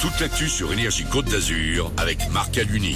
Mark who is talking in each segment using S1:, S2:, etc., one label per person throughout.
S1: toute l'actu sur Énergie Côte d'Azur avec Marc Aluni.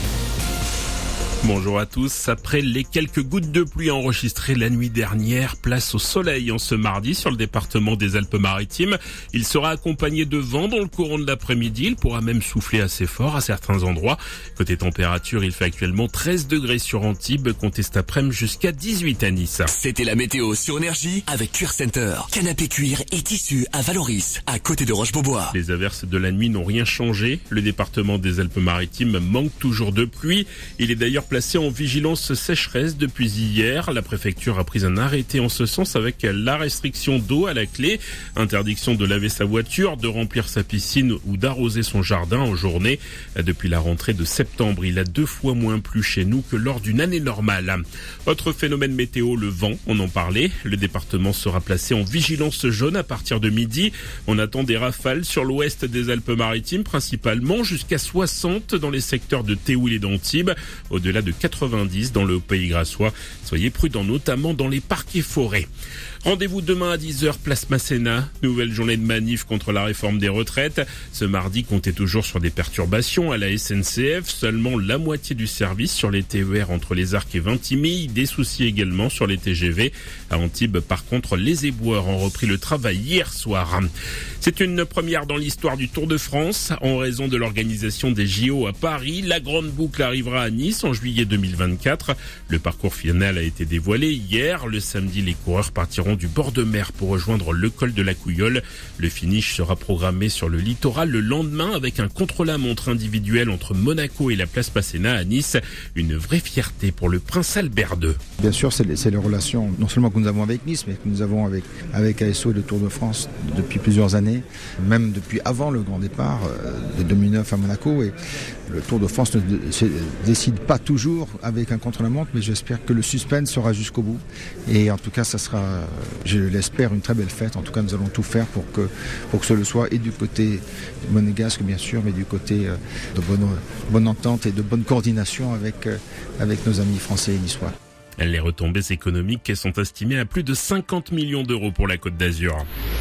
S2: Bonjour à tous. Après les quelques gouttes de pluie enregistrées la nuit dernière, place au soleil en ce mardi sur le département des Alpes-Maritimes. Il sera accompagné de vent dans le courant de l'après-midi. Il pourra même souffler assez fort à certains endroits. Côté température, il fait actuellement 13 degrés sur Antibes, comptez cet après-midi jusqu'à 18 à Nice.
S3: C'était la météo sur Énergie avec Cuir Center. Canapé cuir et tissu à Valoris, à côté de Roche-Beaubois.
S2: Les averses de la nuit n'ont rien changé. Le département des Alpes-Maritimes manque toujours de pluie. Il est d'ailleurs placé en vigilance sécheresse depuis hier. La préfecture a pris un arrêté en ce sens avec la restriction d'eau à la clé. Interdiction de laver sa voiture, de remplir sa piscine ou d'arroser son jardin en journée. Depuis la rentrée de septembre, il a 2 fois moins plu chez nous que lors d'une année normale. Autre phénomène météo, le vent, on en parlait. Le département sera placé en vigilance jaune à partir de midi. On attend des rafales sur l'ouest des Alpes-Maritimes, principalement jusqu'à 60 dans les secteurs de Théouille et d'Antibes. Au-delà de 90 dans le Pays Grassois. Soyez prudents, notamment dans les parcs et forêts. Rendez-vous demain à 10h, place Masséna. Nouvelle journée de manif contre la réforme des retraites. Ce mardi, comptez toujours sur des perturbations à la SNCF. Seulement la moitié du service sur les TER entre les Arcs et Vintimille. Des soucis également sur les TGV. À Antibes, par contre, les éboueurs ont repris le travail hier soir. C'est une première dans l'histoire du Tour de France. En raison de l'organisation des JO à Paris, la grande boucle arrivera à Nice en juillet 2024. Le parcours final a été dévoilé hier. Le samedi, les coureurs partiront du bord de mer pour rejoindre le col de la Couilleule. Le finish sera programmé sur le littoral le lendemain avec un contre-la-montre individuel entre Monaco et la place Masséna à Nice. Une vraie fierté pour le prince Albert II.
S4: Bien sûr, c'est les relations non seulement que nous avons avec Nice, mais que nous avons avec ASO et le Tour de France depuis plusieurs années, même depuis avant le grand départ de 2009 à Monaco. Et le Tour de France ne se décide pas toujours avec un contre-la-montre, mais j'espère que le suspense sera jusqu'au bout. Et en tout cas, ça sera, je l'espère, une très belle fête. En tout cas, nous allons tout faire pour que ce le soit, et du côté monégasque, bien sûr, mais du côté de bonne entente et de bonne coordination avec nos amis français et niçois.
S2: Les retombées économiques sont estimées à plus de 50 millions d'euros pour la Côte d'Azur.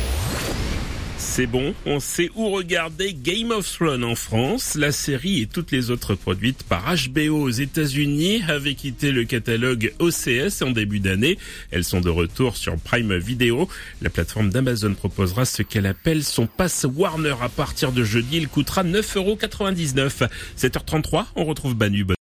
S2: C'est bon, on sait où regarder Game of Thrones en France. La série et toutes les autres produites par HBO aux États-Unis avaient quitté le catalogue OCS en début d'année. Elles sont de retour sur Prime Video. La plateforme d'Amazon proposera ce qu'elle appelle son pass Warner à partir de jeudi. Il coûtera 9,99 €. 7h33, on retrouve Banu.